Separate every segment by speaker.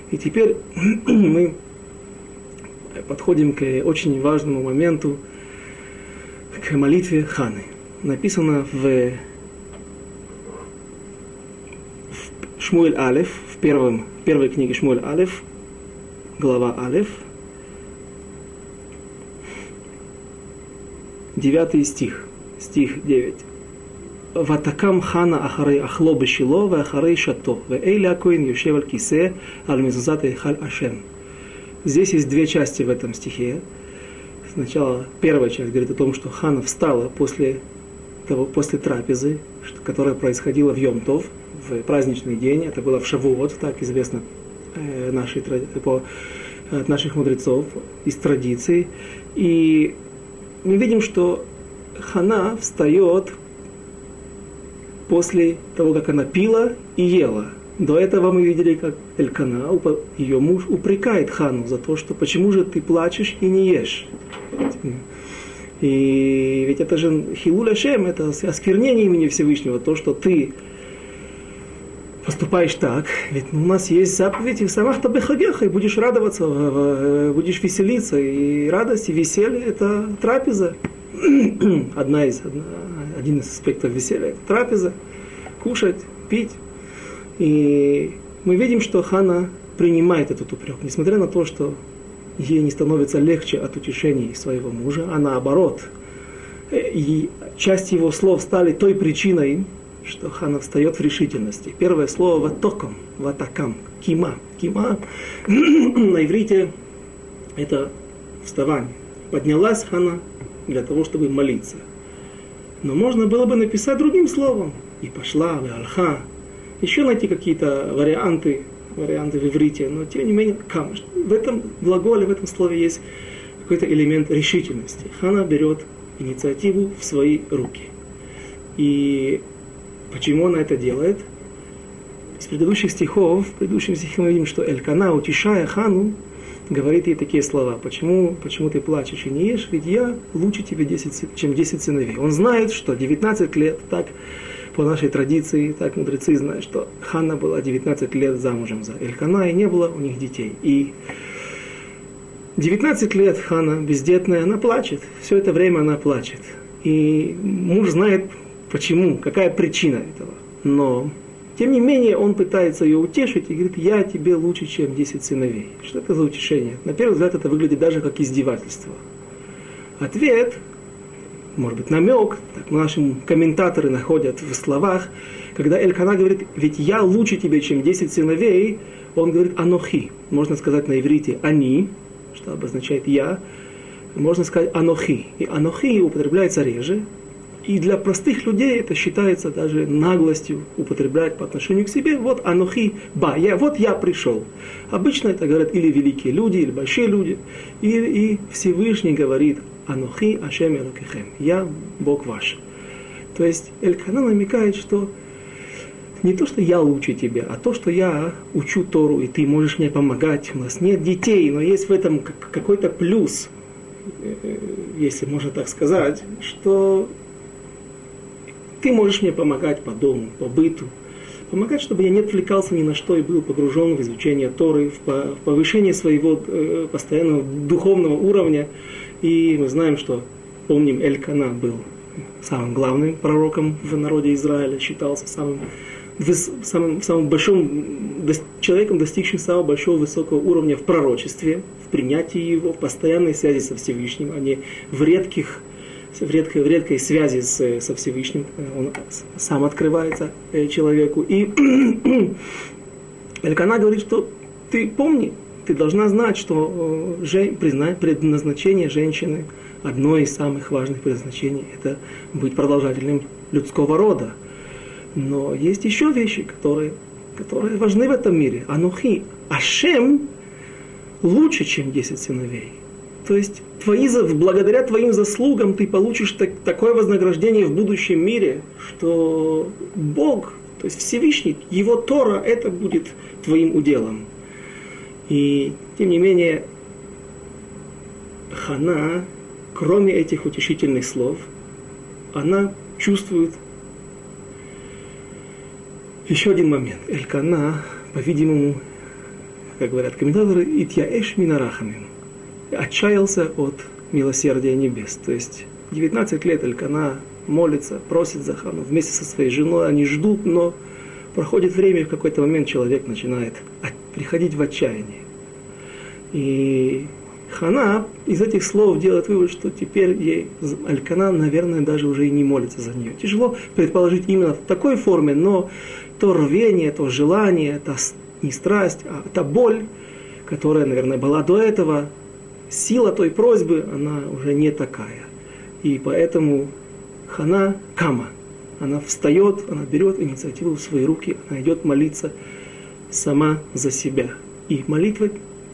Speaker 1: И теперь мы подходим к очень важному моменту, к молитве Ханы. Написано в Шмуэль Алеф, в первой книге Шмуэль Алеф, глава Алеф, 9 стих, стих 9. «Ватакам хана ахарей ахло бешило, ва ахарей шато, ва эйля коин йошев аль кисе, аль мезузат эйхаль ашем». Здесь есть две части в этом стихе. Сначала первая часть говорит о том, что Хана встала после трапезы, которая происходила в Йом-Тов, в праздничный день. Это было в Шавуот, так известно от наших мудрецов, из традиций. И мы видим, что Хана встает после того, как она пила и ела. До этого мы видели, как Элькана, ее муж, упрекает Хану за то, что почему же ты плачешь и не ешь. И ведь это же Хилуль Ашем, это осквернение имени Всевышнего, то, что ты поступаешь так. Ведь у нас есть заповедь, и самахта бехагеха, и будешь радоваться, будешь веселиться. И радость, и веселье – это трапеза. Один из аспектов веселья – это трапеза. Кушать, пить. И мы видим, что Хана принимает этот упрек, несмотря на то, что ей не становится легче от утешений своего мужа, а наоборот. И часть его слов стали той причиной, что Хана встает в решительности. Первое слово «ватокам», «ватакам», «кима». «Кима» на иврите это вставание. Поднялась Хана для того, чтобы молиться. Но можно было бы написать другим словом. И пошла, и альха. Еще найти какие-то варианты в иврите, но тем не менее, в этом глаголе, в этом слове есть какой-то элемент решительности. Хана берет инициативу в свои руки. И почему она это делает? Из предыдущих стихов, в предыдущем стихе мы видим, что Элькана, утешая Хану, говорит ей такие слова. Почему ты плачешь и не ешь? Ведь я лучше тебе, чем 10 сыновей. Он знает, что 19 лет, так по нашей традиции, так мудрецы знают, что Ханна была 19 лет замужем за Элькана, и не было у них детей. И 19 лет Ханна, бездетная, она плачет. Все это время она плачет. И муж знает, почему, какая причина этого. Но, тем не менее, он пытается ее утешить и говорит: я тебе лучше, чем 10 сыновей. Что это за утешение? На первый взгляд это выглядит даже как издевательство. Ответ, может быть, намек, так наши комментаторы находят в словах, когда Элькана говорит: ведь я лучше тебе, чем 10 сыновей, он говорит анохи. Можно сказать на иврите они, что обозначает я, можно сказать анохи. И анохи употребляется реже, и для простых людей это считается даже наглостью употреблять по отношению к себе. Вот анохи ба, вот я пришел. Обычно это говорят или великие люди, или большие люди, и Всевышний говорит: Анохи Ашем Элокехем, я Бог ваш. То есть Элькана намекает, что не то, что я лучше тебя, а то, что я учу Тору, и ты можешь мне помогать. У нас нет детей, но есть в этом какой-то плюс, если можно так сказать, что ты можешь мне помогать по дому, по быту, помогать, чтобы я не отвлекался ни на что и был погружен в изучение Торы, в повышение своего постоянного духовного уровня. И мы знаем, что, помним, Элькана был самым главным пророком в народе Израиля, считался самым большим человеком, достигшим самого большого высокого уровня в пророчестве, в принятии его, в постоянной связи со Всевышним, а не в редкой связи со Всевышним. Он сам открывается человеку. И Элькана говорит, что ты помни, ты должна знать, что предназначение женщины, одно из самых важных предназначений, это быть продолжателем людского рода. Но есть еще вещи, которые важны в этом мире. Анухи, Ашем лучше, чем 10 сыновей. То есть благодаря твоим заслугам ты получишь такое вознаграждение в будущем мире, что Бог, то есть Всевышний, Его Тора, это будет твоим уделом. И, тем не менее, Хана, кроме этих утешительных слов, она чувствует еще один момент. Элькана, по-видимому, как говорят комментаторы, «Итьяэш минарахамим», отчаялся от милосердия небес. То есть 19 лет Элькана молится, просит за Хану вместе со своей женой, они ждут, но проходит время, и в какой-то момент человек начинает приходить в отчаяние. И Хана из этих слов делает вывод, что теперь ей Элькана, наверное, даже уже и не молится за нее. Тяжело предположить именно в такой форме, но то рвение, то желание, та не страсть, а та боль, которая, наверное, была до этого, сила той просьбы, она уже не такая. И поэтому Хана кама. Она встает, она берет инициативу в свои руки, она идет молиться сама за себя. И молитва,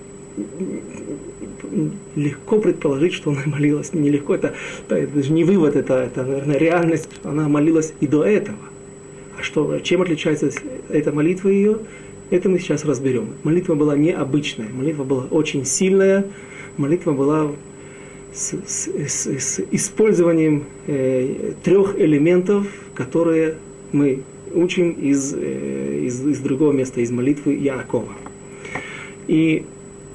Speaker 1: легко предположить, что она молилась, нелегко, это даже не вывод, это, наверное, реальность, она молилась и до этого. А что, чем отличается эта молитва ее, это мы сейчас разберем. Молитва была необычная, молитва была очень сильная, молитва была с использованием 3 элементов, которые мы учим из другого места, из молитвы Яакова. И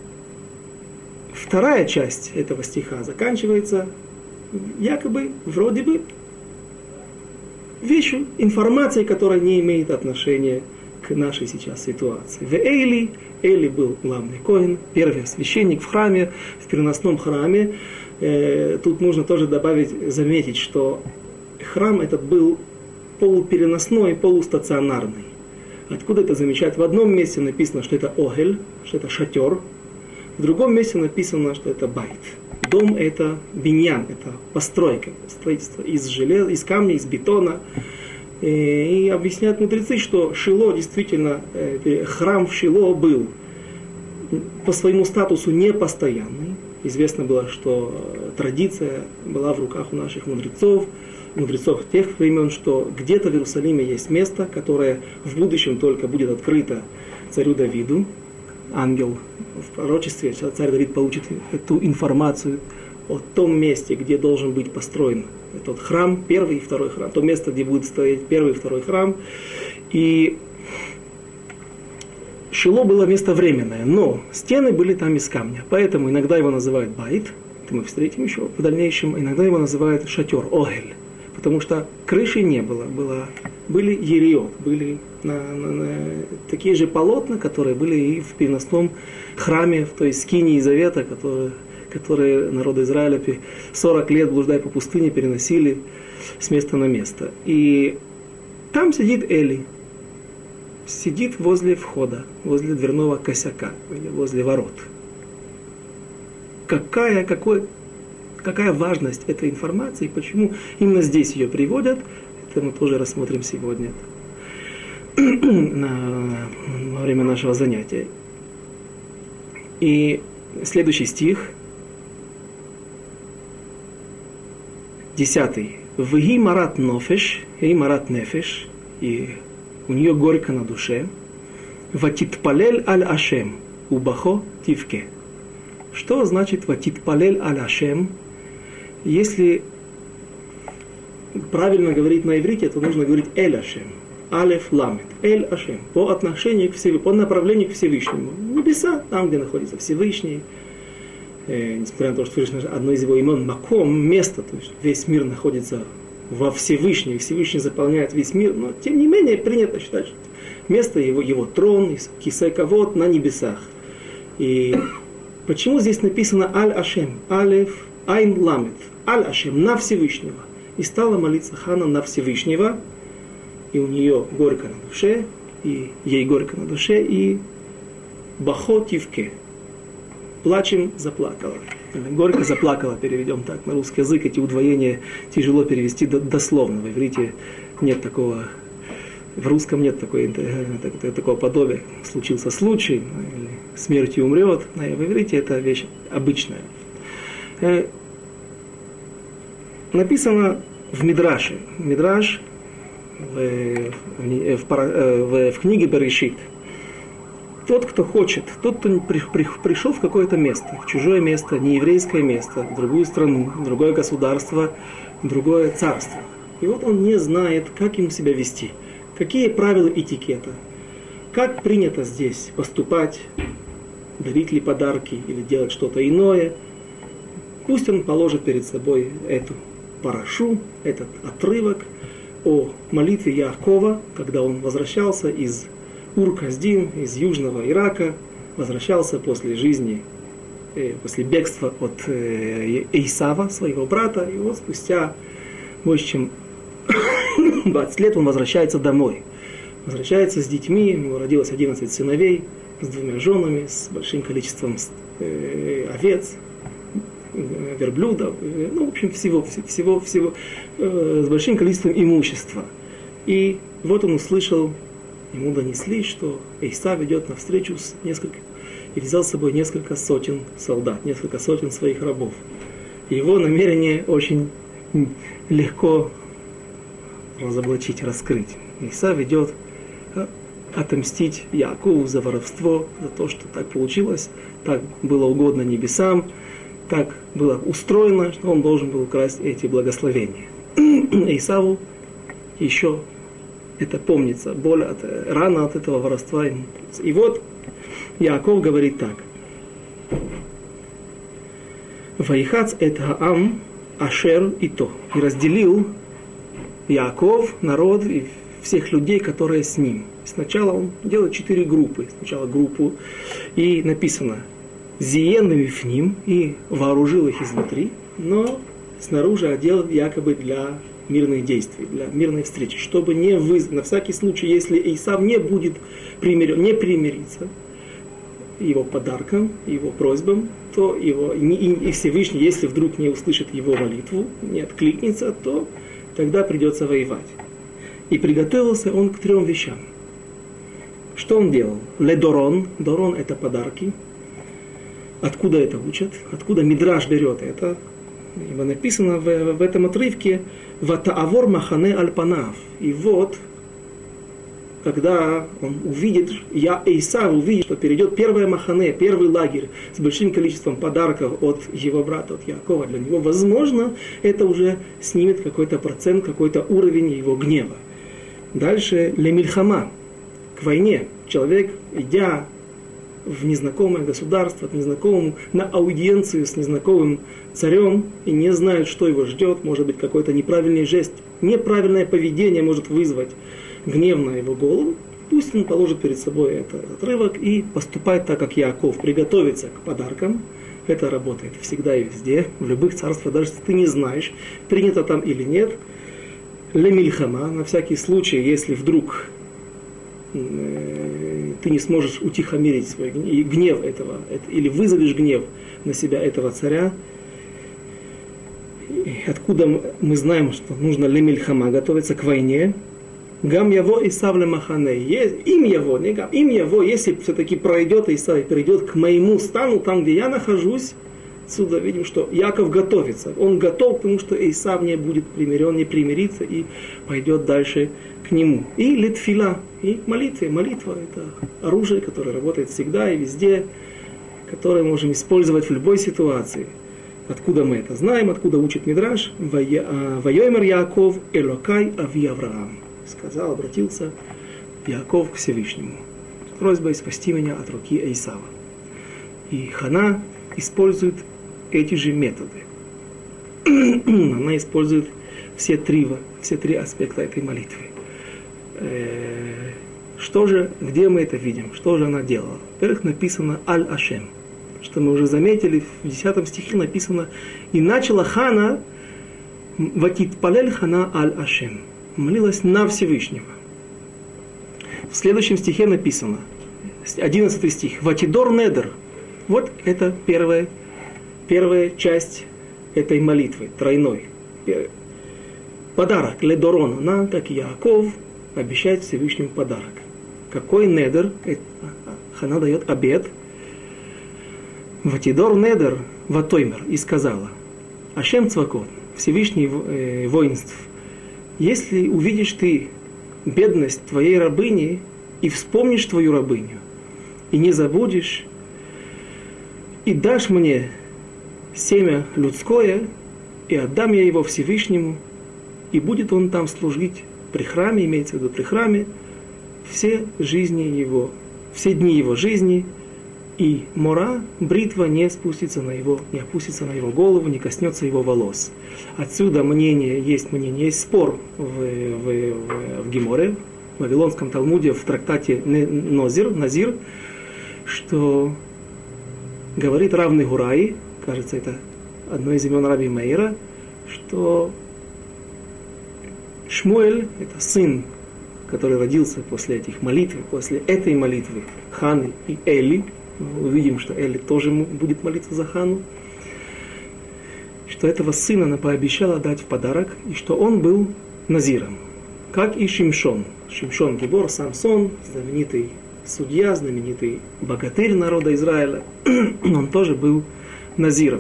Speaker 1: вторая часть этого стиха заканчивается якобы, вроде бы, вещью, информацией, которая не имеет отношения к нашей сейчас ситуации. В Эли был главный коэн, первый священник в храме, в переносном храме. Тут нужно тоже заметить, что храм этот был полупереносной, полустационарный. Откуда это замечать? В одном месте написано, что это огель, что это шатер. В другом месте написано, что это байт. Дом – это биньян, это постройка, строительство из железа, из камня, из бетона. И объясняют мудрецы, что Шило действительно, храм в Шило был по своему статусу непостоянный. Известно было, что традиция была в руках у наших мудрецов тех времен, что где-то в Иерусалиме есть место, которое в будущем только будет открыто царю Давиду. Ангел в пророчестве, царь Давид получит эту информацию о том месте, где должен быть построен этот храм, первый и второй храм, то место, где будет стоять первый и второй храм. И Шило было место временное, но стены были там из камня, поэтому иногда его называют байт, это мы встретим еще в дальнейшем, иногда его называют шатер, огель, потому что крыши не было, были ериот, были такие же полотна, которые были и в переносном храме, в той скинии завета, которые народ Израиля 40 лет, блуждая по пустыне, переносили с места на место. И там сидит Эли, сидит возле входа, возле дверного косяка, или возле ворот. Какая важность этой информации, почему именно здесь ее приводят, это мы тоже рассмотрим сегодня во время нашего занятия. И следующий стих, 10. «Вги марат нофеш, и марат нефеш», и у нее горько на душе. «Ватитпалель аль Ашем, убахо тивке». Что значит «ватитпалель аль Ашем»? Если правильно говорить на иврите, то нужно говорить «эль Ашем». Алеф ламет. Эль Ашем. По отношению к Всевышнему, по направлению к Всевышнему. Небеса, там, где находится Всевышний. Несмотря на то, что Всевышний, одно из его имен Маком, место, то есть весь мир находится во Всевышнем, Всевышний заполняет весь мир, но тем не менее принято считать, что место его трон, кисей кавод на небесах. И почему здесь написано Аль Ашем, Алеф, Айн Ламет, Аль Ашем, на Всевышнего. И стала молиться Хана на Всевышнего, и у нее горько на душе, и ей горько на душе, и бахо тивке. Плачем, заплакала. Горько заплакала, переведем так на русский язык. Эти удвоения тяжело перевести дословно. В иврите нет такого, в русском нет такого подобия. Случился случай, или смертью умрет. В иврите это вещь обычная. Написано в Мидраше. Мидраш в книге Берешит. Тот, кто хочет, тот, кто пришел в какое-то место, в чужое место, нееврейское место, в другую страну, в другое государство, в другое царство. И вот он не знает, как ему себя вести, какие правила этикета, как принято здесь поступать, дарить ли подарки или делать что-то иное. Пусть он положит перед собой эту парашу, этот отрывок о молитве Яакова, когда он возвращался из Ур-Каздим, из Южного Ирака, возвращался после жизни, после бегства от Эйсава, своего брата, и вот спустя больше чем 20 лет он возвращается домой. Возвращается с детьми, у него родилось 11 сыновей, с 2 женами, с большим количеством овец, верблюдов, ну, в общем, всего, с большим количеством имущества. И вот он услышал, ему донесли, что Эйсав идет навстречу и взял с собой несколько сотен солдат, несколько сотен своих рабов. Его намерение очень легко разоблачить, раскрыть. Эйсав идет отомстить Яакову за воровство, за то, что так получилось, так было угодно небесам, так было устроено, что он должен был украсть эти благословения. Эйсаву еще это помнится, рана от этого воровства ему. И вот Яаков говорит так. Ваихац эт хаам ашер ито. И разделил Яаков народ и всех людей, которые с ним. Сначала он делает 4 группы. Сначала группу, и написано «Зиен мифним», и вооружил их изнутри, но снаружи одел якобы для мирных действий, для мирной встречи, чтобы не вызвать, на всякий случай, если Эйсав не будет не примириться его подарком, его просьбам, то и Всевышний, если вдруг не услышит его молитву, не откликнется, то тогда придется воевать. И приготовился он к 3 вещам. Что он делал? Ледорон. Дорон – это подарки. Откуда это учат? Откуда Мидраш берет это? Ибо написано в этом отрывке «Ватаавор махане альпанав». И вот, когда он увидит, Эйсав увидит, что перейдет первое махане, первый лагерь с большим количеством подарков от его брата, от Яакова, для него, возможно, это уже снимет какой-то процент, какой-то уровень его гнева. Дальше лемильхама, к войне. Человек, идя в незнакомое государство, к незнакомому, на аудиенцию с незнакомым царем, и не знает, что его ждет, может быть, какой-то неправильный жест, неправильное поведение может вызвать гнев на его голову, пусть он положит перед собой этот отрывок и поступает так, как Яаков, приготовится к подаркам. Это работает всегда и везде, в любых царствах, даже если ты не знаешь, принято там или нет. Лемильхама, на всякий случай, если вдруг ты не сможешь утихомирить свой гнев этого, или вызовешь гнев на себя этого царя. Откуда мы знаем, что нужно лемильхама, готовиться к войне? Гам яво Исав лемахане. Им яво, если все-таки пройдет Исав и перейдет к моему стану, там, где я нахожусь, отсюда видим, что Яков готовится. Он готов, потому что Исав не будет примирен, не примирится и пойдет дальше к нему. И литфила, и молитва. Молитва – это оружие, которое работает всегда и везде, которое можем использовать в любой ситуации. Откуда мы это знаем, откуда учит Мидраш? Вайомер Яаков Элокай Ави Авраам. Сказал, обратился Яаков к Всевышнему с просьбой спасти меня от руки Эйсава. И Хана использует эти же методы. Она использует все три аспекта этой молитвы. Где мы это видим? Что же она делала? Во-первых, написано «Аль-Ашем», что мы уже заметили, в 10 стихе написано «И начала Хана ватитпалель Хана Аль-Ашем». Молилась на Всевышнего. В следующем стихе написано, 11 стих, «Ватидор недер». Вот это первая часть этой молитвы, тройной. Подарок, ледорон, она, как и Яаков, обещает Всевышнему подарок. Какой недер? Хана дает обет. «Ватидор недер ватоймер». И сказала, «Ашем цвакот», Всевышний воинств, если увидишь ты бедность твоей рабыни и вспомнишь твою рабыню, и не забудешь, и дашь мне семя людское, и отдам я его Всевышнему, и будет он там служить при храме, имеется в виду при храме, все дни его жизни, и мора, бритва не опустится на его голову, не коснется его волос. Отсюда есть спор в Геморе, в Вавилонском Талмуде, в трактате Назир, что говорит Рав Негураи, кажется, это одно из имен Раби Меира, что Шмуэль, это сын, который родился после этих молитв, после этой молитвы Ханы и Эли. Мы увидим, что Эли тоже будет молиться за Хану. Что этого сына она пообещала дать в подарок, и что он был назиром. Как и Шимшон. Шимшон Гибор, Самсон, знаменитый судья, знаменитый богатырь народа Израиля. Он тоже был назиром.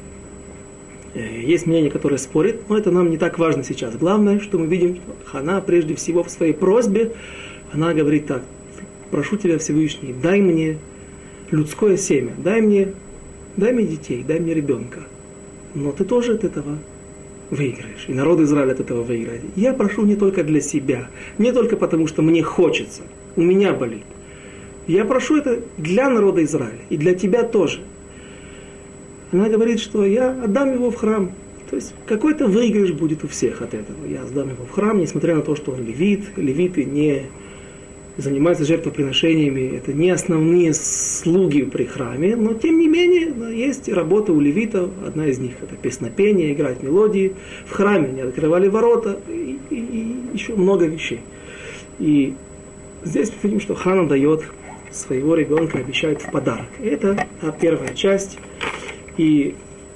Speaker 1: Есть мнение, которое спорит, но это нам не так важно сейчас. Главное, что мы видим, что Хана прежде всего в своей просьбе, она говорит так: прошу тебя, Всевышний, дай мне людское семя, дай мне детей, дай мне ребенка. Но ты тоже от этого выиграешь, и народ Израиля от этого выиграет. Я прошу не только для себя, не только потому, что мне хочется, у меня болит. Я прошу это для народа Израиля, и для тебя тоже. Она говорит, что я отдам его в храм. То есть какой-то выигрыш будет у всех от этого. Я отдам его в храм, несмотря на то, что он левит. Левиты не занимаются жертвоприношениями. Это не основные слуги при храме. Но тем не менее, есть работа у левитов. Одна из них — это песнопение, играть мелодии. В храме они открывали ворота и еще много вещей. И здесь мы видим, что Хана дает своего ребенка, обещает в подарок. Это первая часть. И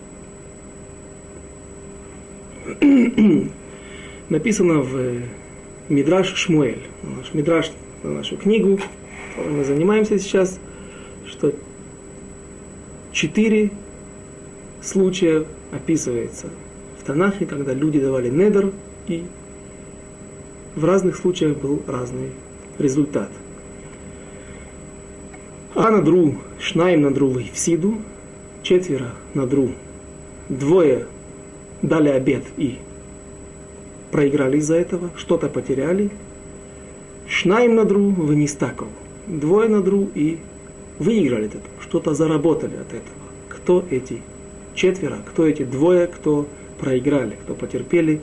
Speaker 1: написано в Мидраш Шмуэль, наш Мидраш, нашу книгу, которой мы занимаемся сейчас, что 4 случая описывается в Танахе, когда люди давали недер, и в разных случаях был разный результат. А надру, шнаим надру вейфсиду, 4 надру, 2 дали обет и проиграли из-за этого, что-то потеряли. Шнаим надру венистаков, 2 надру и выиграли от этого, что-то заработали от этого. Кто эти 4, кто эти 2, кто проиграли, кто претерпели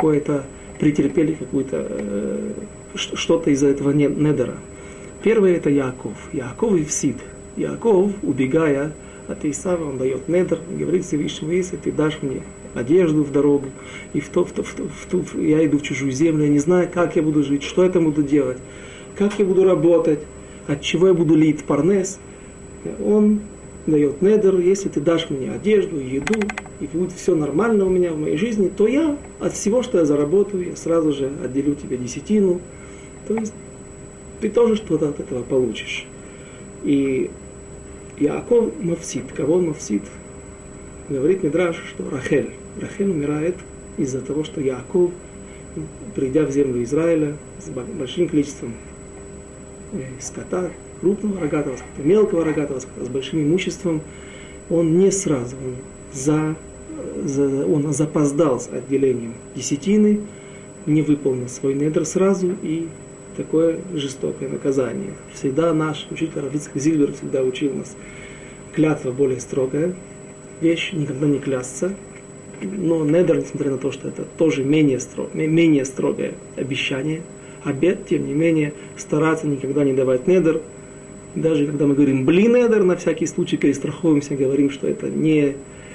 Speaker 1: какую-то, что-то из-за этого недера. Первый — это Яаков. Яаков и Всид. Яаков, убегая от Исава, он дает недер, говорит Всевышнему: если ты дашь мне одежду в дорогу, и я иду в чужую землю, я не знаю, как я буду жить, что я там буду делать, как я буду работать, от чего я буду лить парнес. Он дает недер: если ты дашь мне одежду, еду, и будет все нормально у меня в моей жизни, то я от всего, что я заработаю, я сразу же отделю тебе десятину. То есть ты тоже что-то от этого получишь. И Яаков мавсид. Кого он мавсид? Говорит Мидраш, что Рахель умирает из-за того, что Яаков, придя в землю Израиля с большим количеством скота, крупного рогатого скота, мелкого рогатого скота, с большим имуществом, он не сразу, он запоздал с отделением десятины, не выполнил свой недр сразу, и такое жестокое наказание. Всегда наш учитель Рав Ицхак Зильбер всегда учил нас: клятва более строгая вещь, никогда не клясться. Но недер, несмотря на то, что это тоже менее строгое обещание, обет, тем не менее, стараться никогда не давать недер. Даже когда мы говорим «бли недер», на всякий случай перестраховываемся, говорим, что это не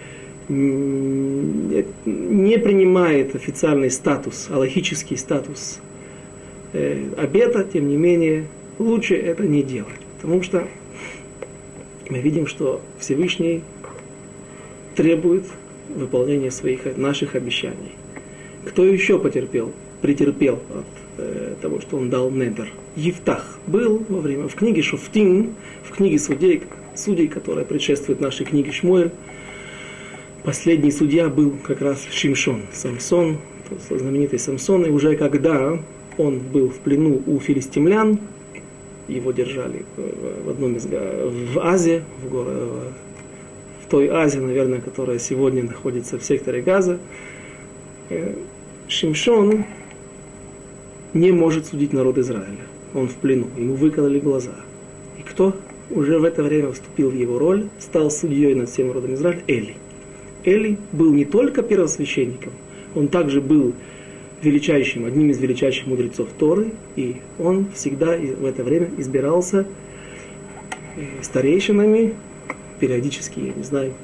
Speaker 1: принимает официальный статус, алахический статус обета, тем не менее, лучше это не делать. Потому что мы видим, что Всевышний требует выполнения наших обещаний. Кто еще претерпел от того, что он дал недер? Ифтах был в книге Шофтим, в книге судей, которая предшествует нашей книге Шмуэль. Последний судья был как раз Шимшон, Самсон, знаменитый Самсон. И уже когда он был в плену у филистимлян, его держали в Азе, в той Азе, наверное, которая сегодня находится в секторе Газа. Шимшон не может судить народ Израиля. Он в плену, ему выкололи глаза. И кто уже в это время вступил в его роль, стал судьей над всем народом Израиля Эли. Эли был не только первосвященником, он также был одним из величайших мудрецов Торы, и он всегда в это время избирался старейшинами, периодически, я не знаю,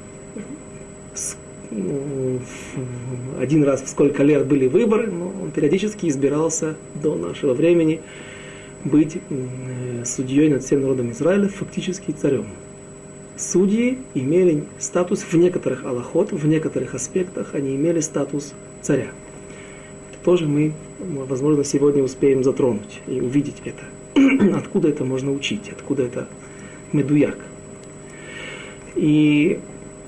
Speaker 1: один раз в сколько лет были выборы, но он периодически избирался до нашего времени быть судьей над всем народом Израиля, фактически царем. Судьи имели статус в некоторых алахот, в некоторых аспектах они имели статус царя. Это тоже мы, возможно, сегодня успеем затронуть и увидеть это. Откуда это можно учить, откуда это медуяк. И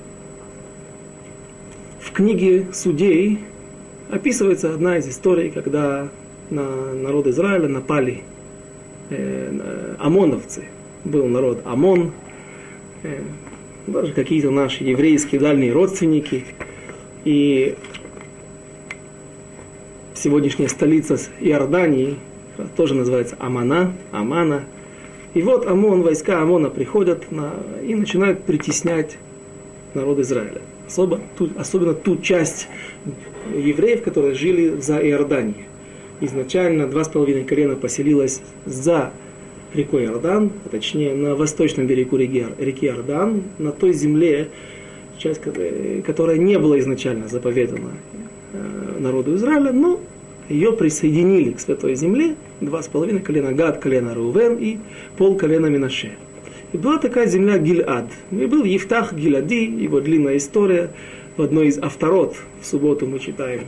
Speaker 1: в книге Судей описывается одна из историй, когда на народ Израиля напали омоновцы. Был народ Амон, даже какие-то наши еврейские дальние родственники. И сегодняшняя столица Иордании тоже называется Амана. И вот войска Амона приходят и начинают притеснять народ Израиля. Особенно ту часть евреев, которые жили за Иорданией. Изначально 2,5 колена поселилось за рекой Иордан, а точнее на восточном берегу реки Иордан, на той земле, часть, которая не была изначально заповедана народу Израиля, но ее присоединили к святой земле 2,5 колена Гад, колено Реувен и полколена Менаше. И была такая земля Гильад. И был Ефтах Гилади, его длинная история. В одной из авторот в субботу мы читаем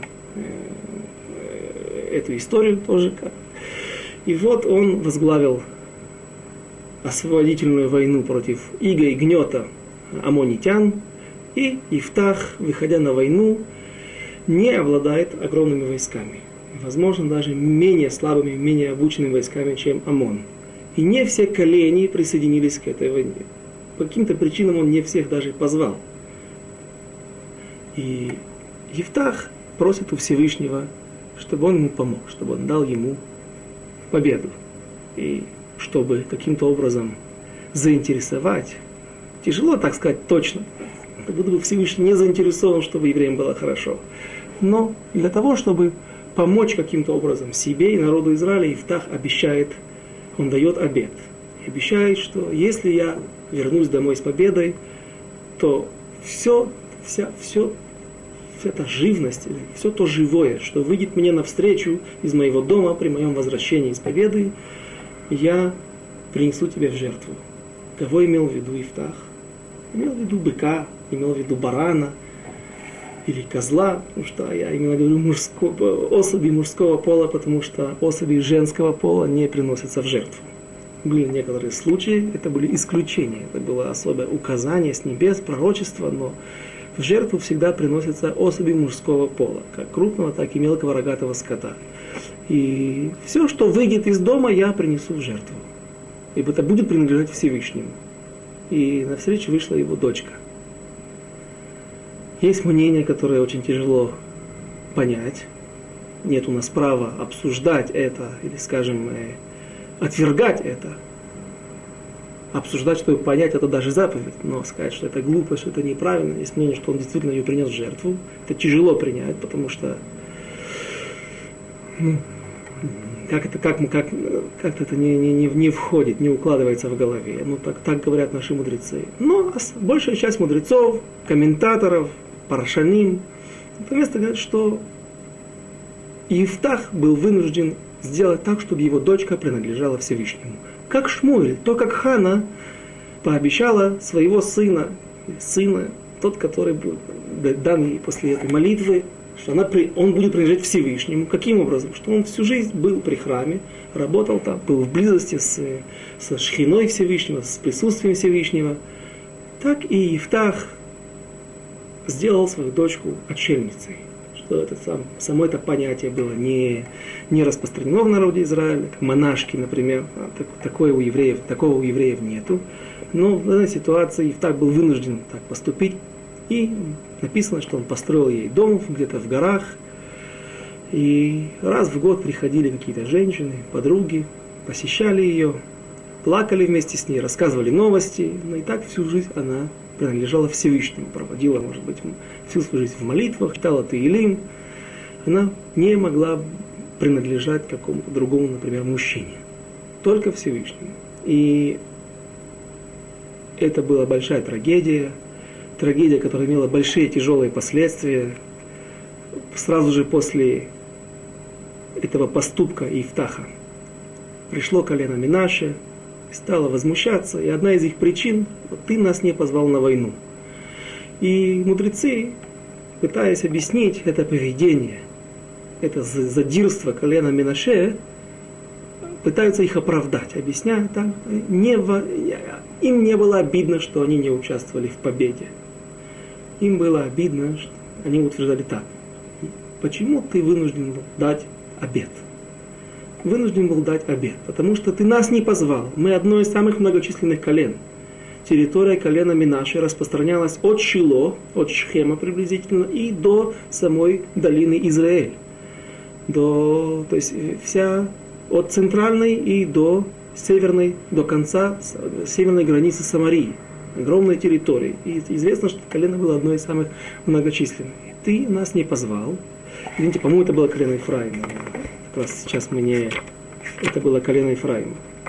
Speaker 1: эту историю тоже. И вот он возглавил освободительную войну против ига и гнета аммонитян. И Ефтах, выходя на войну, не обладает огромными войсками. Возможно, даже менее слабыми, менее обученными войсками, чем Амон. И не все колени присоединились к этой войне. По каким-то причинам он не всех даже позвал. И Ефтах просит у Всевышнего, чтобы он ему помог, чтобы он дал ему победу. И чтобы каким-то образом заинтересовать, тяжело так сказать точно, как будто бы Всевышний не заинтересован, чтобы евреям было хорошо. Но для того, чтобы помочь каким-то образом себе и народу Израиля, Ефтах обещает, он дает обет. И обещает, что если я вернусь домой с победой, то вся эта живность, все то живое, что выйдет мне навстречу из моего дома при моем возвращении с победой, я принесу тебе в жертву. Кого имел в виду Ефтах? Имел в виду быка, имел в виду барана или козла, потому что я имел в виду особи мужского пола, потому что особи женского пола не приносятся в жертву. Были некоторые случаи, это были исключения, это было особое указание с небес, пророчество, но в жертву всегда приносятся особи мужского пола, как крупного, так и мелкого рогатого скота. И все, что выйдет из дома, я принесу в жертву. Ибо это будет принадлежать Всевышнему. И навстречу вышла его дочка. Есть мнение, которое очень тяжело понять. Нет у нас права обсуждать это, или, скажем, отвергать это. Обсуждать, чтобы понять, это даже заповедь. Но сказать, что это глупо, что это неправильно, есть мнение, что он действительно ее принес в жертву. Это тяжело принять, потому что как-то это не входит, не укладывается в голове. Ну, так говорят наши мудрецы. Но большая часть мудрецов, комментаторов, парашаним, наконец-то говорят, что Ефтах был вынужден сделать так, чтобы его дочка принадлежала Всевышнему. Как Шмуэль, то как Хана пообещала своего сына, тот, который был дан ей после этой молитвы, что он будет принадлежать Всевышнему. Каким образом? Что он всю жизнь был при храме, работал там, был в близости со шхиной Всевышнего, с присутствием Всевышнего. Так и Ефтах сделал свою дочку отшельницей. Что само это понятие было не распространено в народе Израиля, как монашки, например. Такого у евреев нету. Но в данной ситуации Ефтах был вынужден так поступить. И написано, что он построил ей дом где-то в горах. И раз в год приходили какие-то женщины, подруги, посещали ее. плакали вместе с ней, рассказывали новости, но и так всю жизнь она принадлежала Всевышнему, проводила, может быть, всю свою жизнь в молитвах, читала Теилим. Она не могла принадлежать какому-то другому, например, мужчине, только Всевышнему. И это была большая трагедия, которая имела большие тяжелые последствия. Сразу же после этого поступка Ифтаха пришло колено Менаше, стало возмущаться, и одна из их причин – ты нас не позвал на войну. И мудрецы, пытаясь объяснить это поведение, это задирство колена Менаше, пытаются их оправдать, объясняя так, им не было обидно, что они не участвовали в победе. Им было обидно, что они утверждали так. Почему ты вынужден был дать обет? Вынужден был дать обет, потому что ты нас не позвал. Мы одно из самых многочисленных колен. Территория колена Менаше распространялась от Шило, от Шхема приблизительно, и до самой долины Израиль. То есть вся от центральной и до северной, до конца северной границы Самарии. Огромной территории. И известно, что колено было одно из самых многочисленных. Ты нас не позвал. Извините, по-моему, это было колено Ефраима. Как раз сейчас это было колено Ефраима.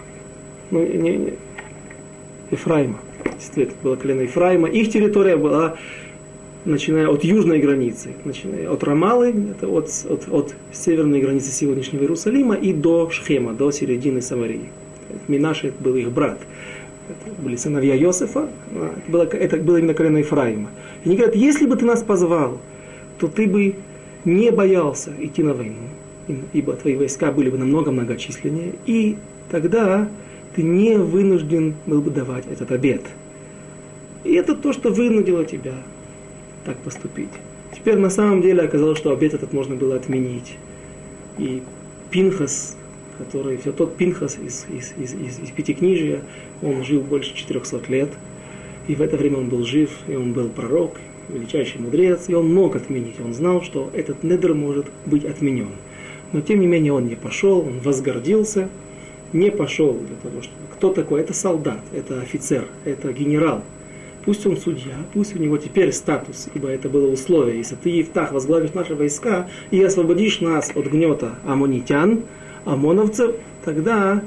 Speaker 1: Ефраима. Действительно, это было колено Ефраима. Их территория была, начиная от южной границы, начиная от Рамалы, это от северной границы сегодняшнего Иерусалима, и до Шхема, до середины Самарии. Менаше был их брат. Это были сыновья Йосефа, это было именно колено Ефраима. И они говорят, если бы ты нас позвал, то ты бы не боялся идти на войну, ибо твои войска были бы намного многочисленнее, и тогда ты не вынужден был бы давать этот обет. И это то, что вынудило тебя так поступить. Теперь на самом деле оказалось, что обет этот можно было отменить. И Пинхас, тот Пинхас из Пятикнижия, он жил больше 400 лет, и в это время он был жив, и он был пророк, величайший мудрец, и он мог отменить, он знал, что этот недр может быть отменен. Но тем не менее он не пошел, он возгордился, не пошел для того, чтобы... Кто такой? Это солдат, это офицер, это генерал. Пусть он судья, пусть у него теперь статус, ибо это было условие. Если ты, Ифтах, возглавишь наши войска и освободишь нас от гнета аммонитян, ОМОНовцев, тогда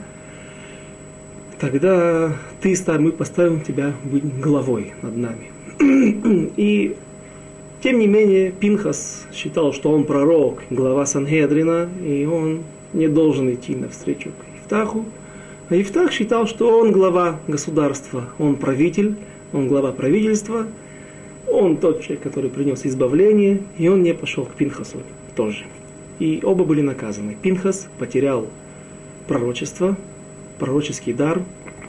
Speaker 1: мы поставим тебя быть главой над нами. И тем не менее Пинхас считал, что он пророк, глава Сангедрина, и он не должен идти навстречу к Ифтаху. А Ифтах считал, что он глава государства, он правитель, он глава правительства, он тот человек, который принес избавление, и он не пошел к Пинхасу тоже. И оба были наказаны. Пинхас потерял пророчество, пророческий дар.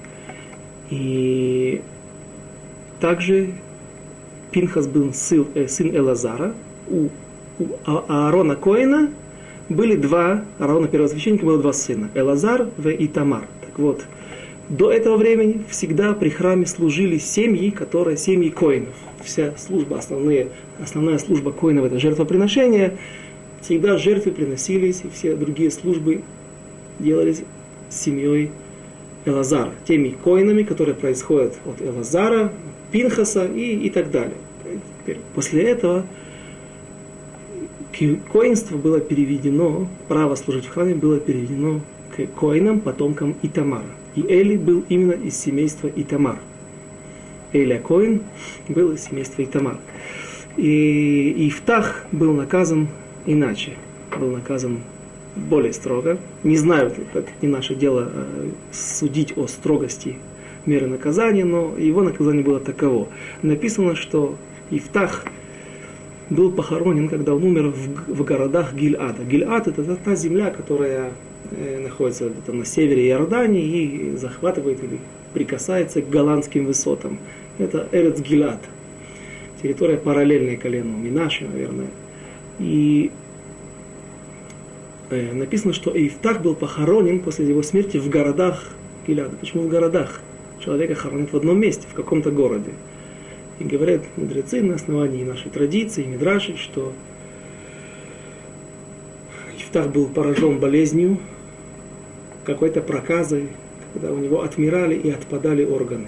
Speaker 1: И также Пинхас был сын Элазара. У Аарона Коэна были Аарона первосвященника было два сына. Элазар и Итамар. Так вот, до этого времени всегда при храме служили семьи коэнов. Вся служба, основная служба коэнов — это жертвоприношение. Всегда жертвы приносились, и все другие службы делались семьей Элазара, теми коэнами, которые происходят от Элазара, Пинхаса и так далее. Теперь, после этого коэнство было переведено, право служить в храме было переведено к коэнам, потомкам Итамара. И Эли был именно из семейства Итамар. Эли Коэн был из семейства Итамар. И Ифтах был наказан иначе, был наказан более строго. Не знаю, это не наше дело судить о строгости меры наказания, но его наказание было таково. Написано, что Ифтах был похоронен, когда он умер в городах Гильада. Гильад — это та земля, которая находится там на севере Иордании и захватывает или прикасается к голландским высотам. Это Эрец Гилад, территория параллельная колену Менаше, наверное. И написано, что Ифтах был похоронен после его смерти в городах Гиляда. Почему в городах? Человека хоронят в одном месте, в каком-то городе. И говорят мудрецы на основании нашей традиции, мидраши, что Ифтах был поражен болезнью, какой-то проказой, когда у него отмирали и отпадали органы.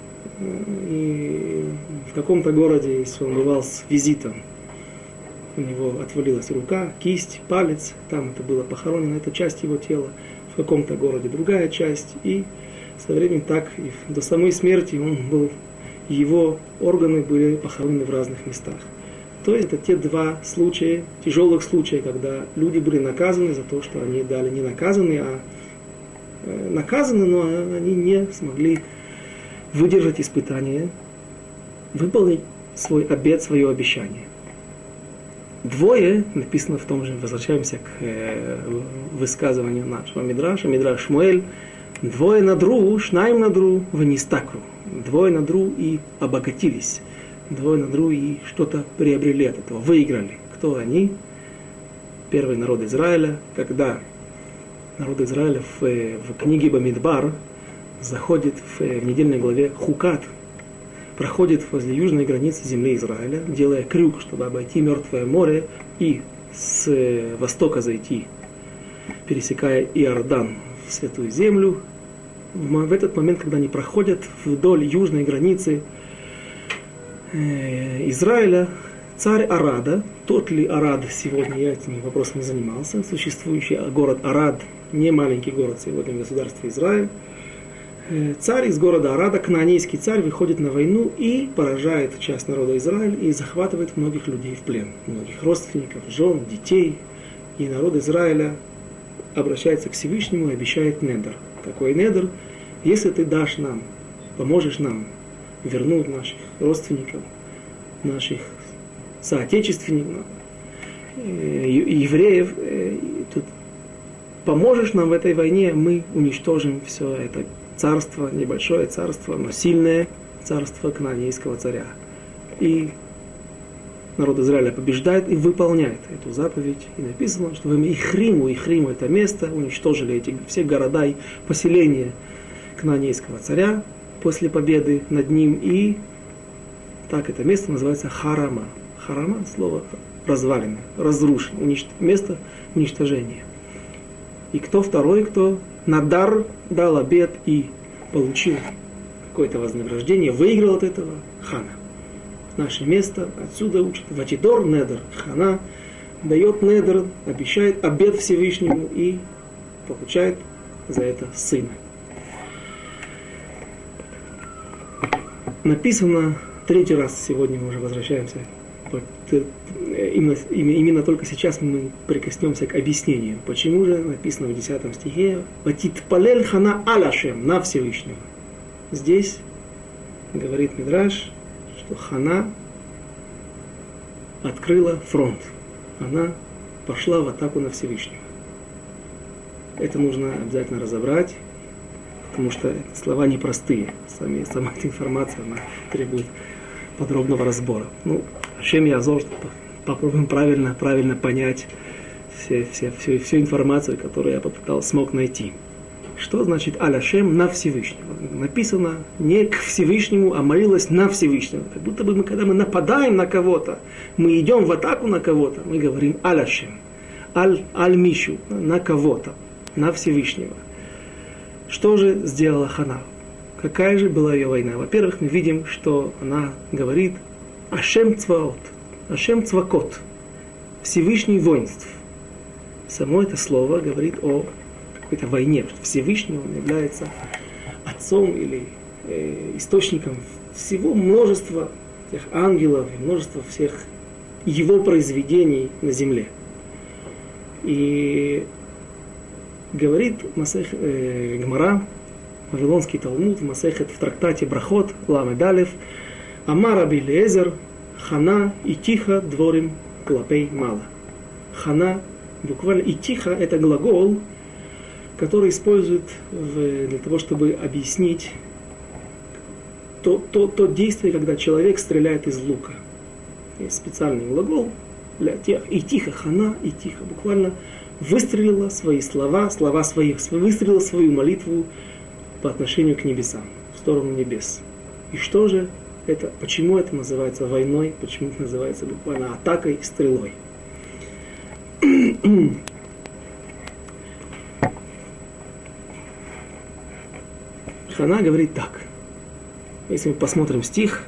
Speaker 1: И в каком-то городе, если он бывал с визитом, у него отвалилась рука, кисть, палец, там это было похоронено, это часть его тела, в каком-то городе другая часть, и со временем так, и до самой смерти его органы были похоронены в разных местах. То есть это те два случая, тяжелых случая, когда люди были наказаны за то, что они дали не наказаны, а наказаны, но они не смогли выдержать испытание, выполнить свой обет, свое обещание. Двое, написано в том же, возвращаемся к высказыванию нашего Мидраша, Мидраш Шмуэль, двое надру, шнаим надру, ванистакру. Двое надру и обогатились. Двое надру и что-то приобрели от этого, выиграли. Кто они? Первый народ Израиля. Когда народ Израиля в книге Бамидбар заходит в недельной главе Хукат, проходит возле южной границы земли Израиля, делая крюк, чтобы обойти Мертвое море и с востока зайти, пересекая Иордан в Святую Землю. В этот момент, когда они проходят вдоль южной границы Израиля, царь Арада, тот ли Арад сегодня, я этим вопросом не занимался, существующий город Арад, не маленький город сегодня в государстве Израиль, царь из города Арада, кнаанейский царь, выходит на войну и поражает часть народа Израиля и захватывает многих людей в плен, многих родственников, жен, детей. И народ Израиля обращается к Всевышнему и обещает недр. Какой недр? Если ты дашь нам, поможешь нам вернуть наших родственников, наших соотечественников, евреев, тут поможешь нам в этой войне, мы уничтожим все это царство, небольшое царство, но сильное царство кнаанейского царя. И народ Израиля побеждает и выполняет эту заповедь. И написано, что в Ихриму это место, уничтожили эти все города и поселения кнаанейского царя после победы над ним. И так это место называется Харама. Харама – слово развалины, разрушено, место уничтожения. И кто второй, кто надар, дал обет и получил какое-то вознаграждение, выиграл от этого? Хана. Наше место отсюда учит Ватидор недер. Хана дает недер, обещает обет Всевышнему и получает за это сына. Написано, третий раз сегодня мы уже возвращаемся. Именно только сейчас мы прикоснемся к объяснению. Почему же написано в 10 стихе «Ватитпалель хана алашем» на Всевышнего. Здесь говорит Мидраш, что Хана открыла фронт. Она пошла в атаку на Всевышнего. Это нужно обязательно разобрать, потому что слова непростые. Сама эта информация она требует подробного разбора. Ашем Язор, попробуем правильно понять всю информацию, которую я смог найти. Что значит Аль-Ашем на Всевышнего? Написано не к Всевышнему, а молилась на Всевышнего. Как будто бы когда мы нападаем на кого-то, мы идем в атаку на кого-то, мы говорим Аль-Ашем, Аль-Мишу, на кого-то, на Всевышнего. Что же сделала Хана? Какая же была ее война? Во-первых, мы видим, что она говорит Ашем Цваот, Ашем Цвакот, Всевышний воинств. Само это слово говорит о какой-то войне, что Всевышний он является отцом или источником всего множества тех ангелов, множества всех его произведений на земле. И говорит Гмара, Вавилонский Талмуд, в трактате Брахот, Ламед Алеф, Амар Раби Элиэзер, Хана и тихо дворим клапей мало. Хана, буквально и тихо, это глагол, который используют для того, чтобы объяснить то действие, когда человек стреляет из лука. Есть специальный глагол для тех. И тихо, Хана, и тихо, буквально выстрелила свои слова выстрелила свою молитву по отношению к небесам, в сторону небес. И что же это, почему это называется войной, почему это называется буквально атакой, стрелой? Хана говорит так. Если мы посмотрим стих,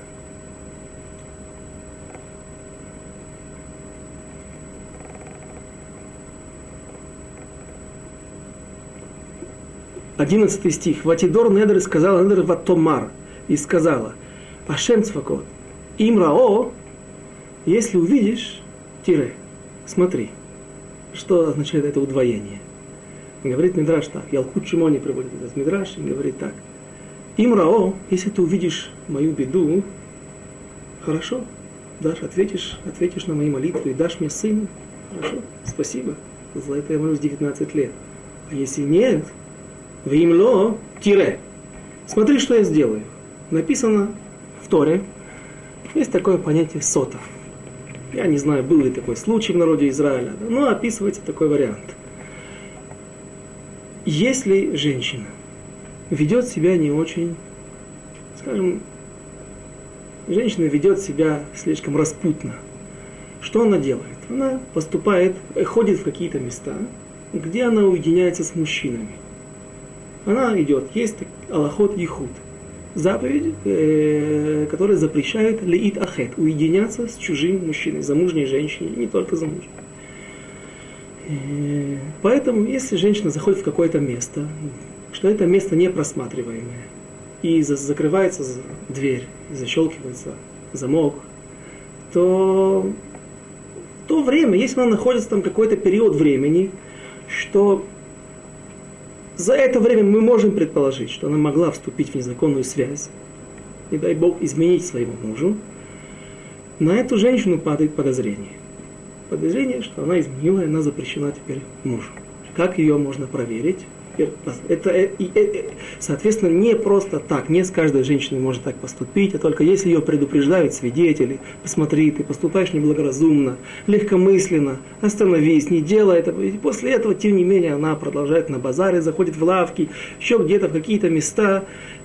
Speaker 1: 11 стих. Ватидор Недер сказала Недер Ватомар. И сказала, Ашем Цвакот, Имрао, если увидишь, тире, смотри. Что означает это удвоение? Говорит Мидраш так. Ялкут Шимони приводит этот Мидраш и говорит так. Имрао, если ты увидишь мою беду, хорошо, ответишь на мои молитвы и дашь мне сына. Хорошо, спасибо. За это я молюсь 19 лет. А если нет, вимло, тире. Смотри, что я сделаю. Написано в Торе. Есть такое понятие сота. Я не знаю, был ли такой случай в народе Израиля, но описывается такой вариант. Если женщина ведет себя не очень, скажем, женщина ведет себя слишком распутно, что она делает? Она поступает, ходит в какие-то места, где она уединяется с мужчинами. Она идет, есть алахот ехуд, заповедь, которая запрещает леит ахет, уединяться с чужим мужчиной, замужней женщиной, не только замужней. Поэтому, если женщина заходит в какое-то место, что это место непросматриваемое, и закрывается дверь, и защелкивается замок, то в то время, если она находится там какой-то период времени, что за это время мы можем предположить, что она могла вступить в незаконную связь, и дай Бог изменить своему мужу, на эту женщину падает подозрение. Подозрение, что она изменила, и она запрещена теперь мужу. Как ее можно проверить? Соответственно, не просто так, не с каждой женщиной можно так поступить, а только если ее предупреждают свидетели, посмотри, ты поступаешь неблагоразумно, легкомысленно, остановись, не делай это. И после этого, тем не менее, она продолжает на базаре, заходит в лавки, еще где-то в какие-то места,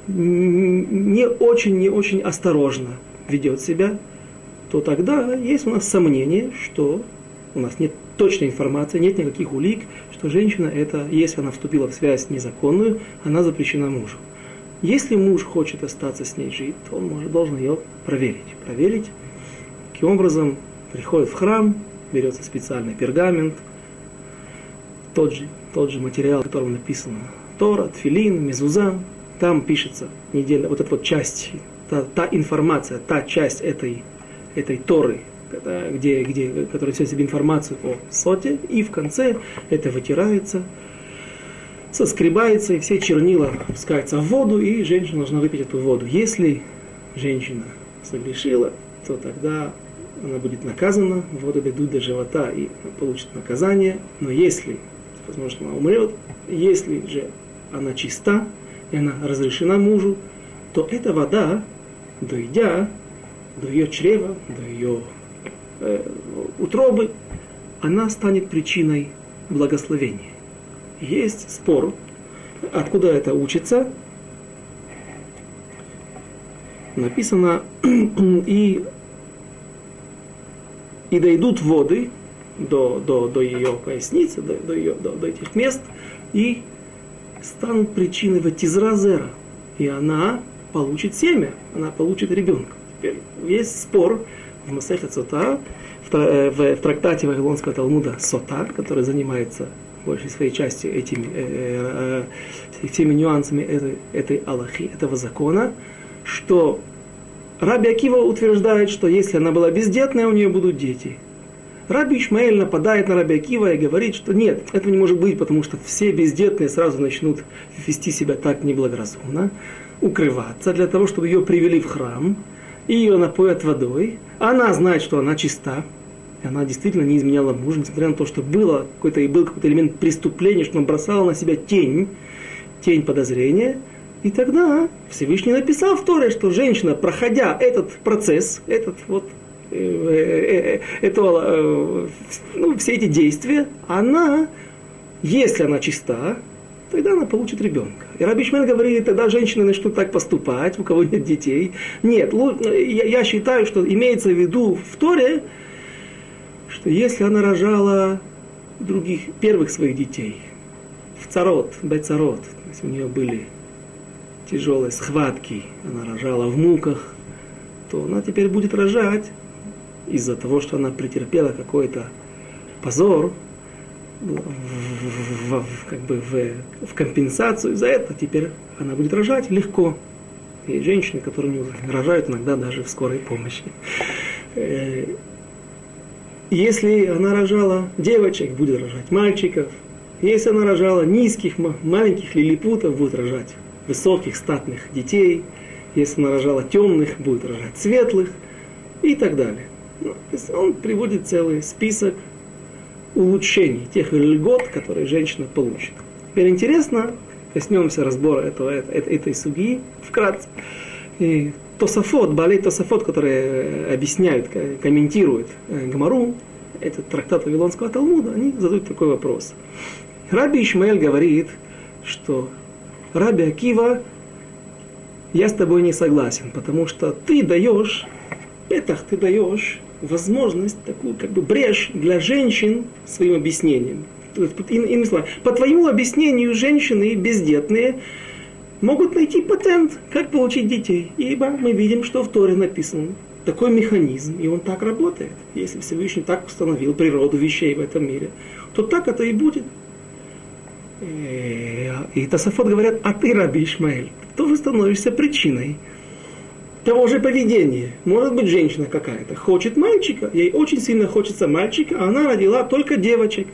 Speaker 1: не очень осторожно ведет себя, то тогда есть у нас сомнение, что у нас нет точной информации, нет никаких улик, что женщина, если она вступила в связь незаконную, она запрещена мужу. Если муж хочет остаться с ней жить, то он должен ее проверить. Таким образом, приходит в храм, берется специальный пергамент, тот же материал, в котором написано Тора, Тфилин, Мезуза, там пишется недельно, вот эта вот часть, та информация, та часть этой Торы, которая несет в себе информацию о соте, и в конце это вытирается, соскребается, и все чернила пускаются в воду, и женщина должна выпить эту воду. Если женщина согрешила, то тогда она будет наказана, воду дойдут до живота и получит наказание. Но если, возможно, она умрет, если же она чиста, и она разрешена мужу, то эта вода, дойдя до ее чрева, до ее утробы, она станет причиной благословения. Есть спор, откуда это учится. Написано, и дойдут воды до ее поясницы, до этих мест, и станут причиной ватизразера, и она получит семя, она получит ребенка. Теперь есть спор в Масехет Сота, в трактате Вавилонского Талмуда Сота, который занимается в большей своей части всеми нюансами этой алахи, этого закона, что Раби Акива утверждает, что если она была бездетная, у нее будут дети. Раби Ишмаэль нападает на Раби Акива и говорит, что нет, этого не может быть, потому что все бездетные сразу начнут вести себя так неблагоразумно, укрываться для того, чтобы ее привели в храм, и ее напоят водой. Она знает, что она чиста, и она действительно не изменяла мужа, несмотря на то, что был какой-то элемент преступления, что она бросала на себя тень подозрения. И тогда Всевышний написал в Торе, что женщина, проходя этот процесс, все эти действия, она, если она чиста, тогда она получит ребенка. И Раби Ишмаэль говорит, тогда женщины начнут так поступать, у кого нет детей. Нет, я считаю, что имеется в виду в Торе, что если она рожала первых своих детей, в царот, бецарот, то есть у нее были тяжелой схватки, она рожала в муках, то она теперь будет рожать из-за того, что она претерпела какой-то позор, в компенсацию за это теперь она будет рожать легко. И женщины, которые рожают иногда даже в скорой помощи. Если она рожала девочек, будет рожать мальчиков. Если она рожала низких, маленьких лилипутов, будет рожать высоких, статных детей. Если она рожала темных, будет рожать светлых и так далее. Он приводит целый список улучшений, тех льгот, которые женщина получит. Теперь интересно, коснемся разбора этой суги вкратце. И Тосафот, Баалей Тосафот, которые объясняют, комментируют Гемару, этот трактат Вавилонского Талмуда, они задают такой вопрос. Раби Ишмаэль говорит, что Раби Акива, я с тобой не согласен, потому что ты даешь возможность, такую как бы брешь для женщин своим объяснением. По твоему объяснению, женщины бездетные могут найти патент, как получить детей. Ибо мы видим, что в Торе написан такой механизм, и он так работает. Если Всевышний так установил природу вещей в этом мире, то так это и будет. И Тосафот говорят, а ты, Раби Ишмаэль, тоже становишься причиной того же поведения. Может быть, женщина какая-то хочет мальчика, ей очень сильно хочется мальчика, а она родила только девочек.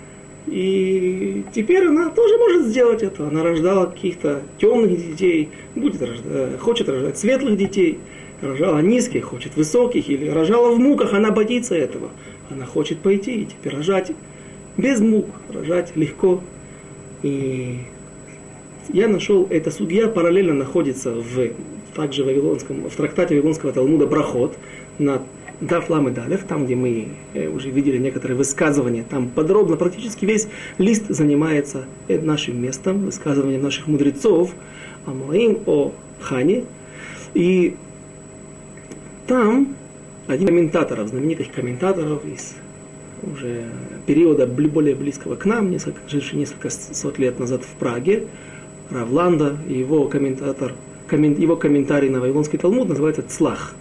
Speaker 1: И теперь она тоже может сделать это. Она рождала каких-то темных детей, хочет рожать светлых детей, рожала низких, хочет высоких, или рожала в муках, она боится этого. Она хочет пойти и теперь рожать без мук, рожать легко. И я нашел, эта судья параллельно находится также в трактате Вавилонского Талмуда Брахот на Даф Ламед Алеф, там, где мы уже видели некоторые высказывания, там подробно, практически весь лист занимается нашим местом, высказыванием наших мудрецов о Моим, о Хане. И там один комментаторов, знаменитых комментаторов из уже периода более близкого к нам, живший несколько сот лет назад в Праге, Рав Ланда, его комментарий на Вавилонский Талмуд называется «Цлах».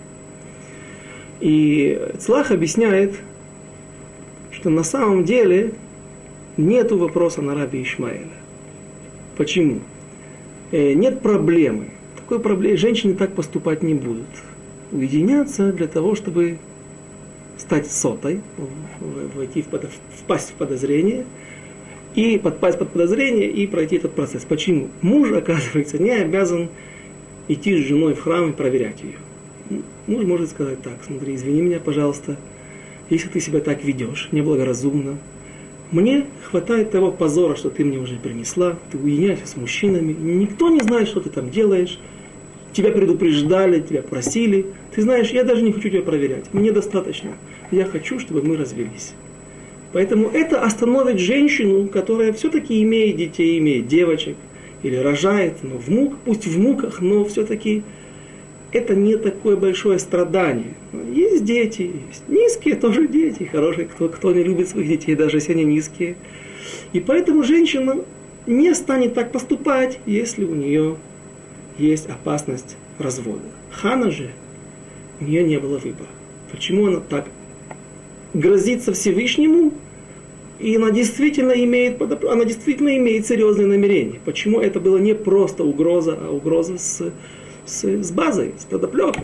Speaker 1: И Цлах объясняет, что на самом деле нету вопроса на Раби Ишмаэля. Почему? Нет проблемы. Такой проблемы. Женщины так поступать не будут. Уединяться для того, чтобы стать сотой, впасть в подозрение, и подпасть под подозрение и пройти этот процесс. Почему? Муж, оказывается, не обязан идти с женой в храм и проверять ее. Муж может сказать так: смотри, извини меня, пожалуйста, если ты себя так ведешь, неблагоразумно, мне хватает того позора, что ты мне уже принесла, ты уединяешься с мужчинами, никто не знает, что ты там делаешь, тебя предупреждали, тебя просили, ты знаешь, я даже не хочу тебя проверять, мне достаточно, я хочу, чтобы мы развелись. Поэтому это остановит женщину, которая все-таки имеет детей, имеет девочек, или рожает, но пусть в муках, но все-таки это не такое большое страдание. Есть дети, есть низкие тоже дети, хорошие, кто не любит своих детей, даже если они низкие. И поэтому женщина не станет так поступать, если у нее есть опасность развода. Хана же, у нее не было выбора. Почему она так грозится Всевышнему? И она действительно имеет серьезные намерения. Почему это было не просто угроза, а угроза с базой, с подоплекой.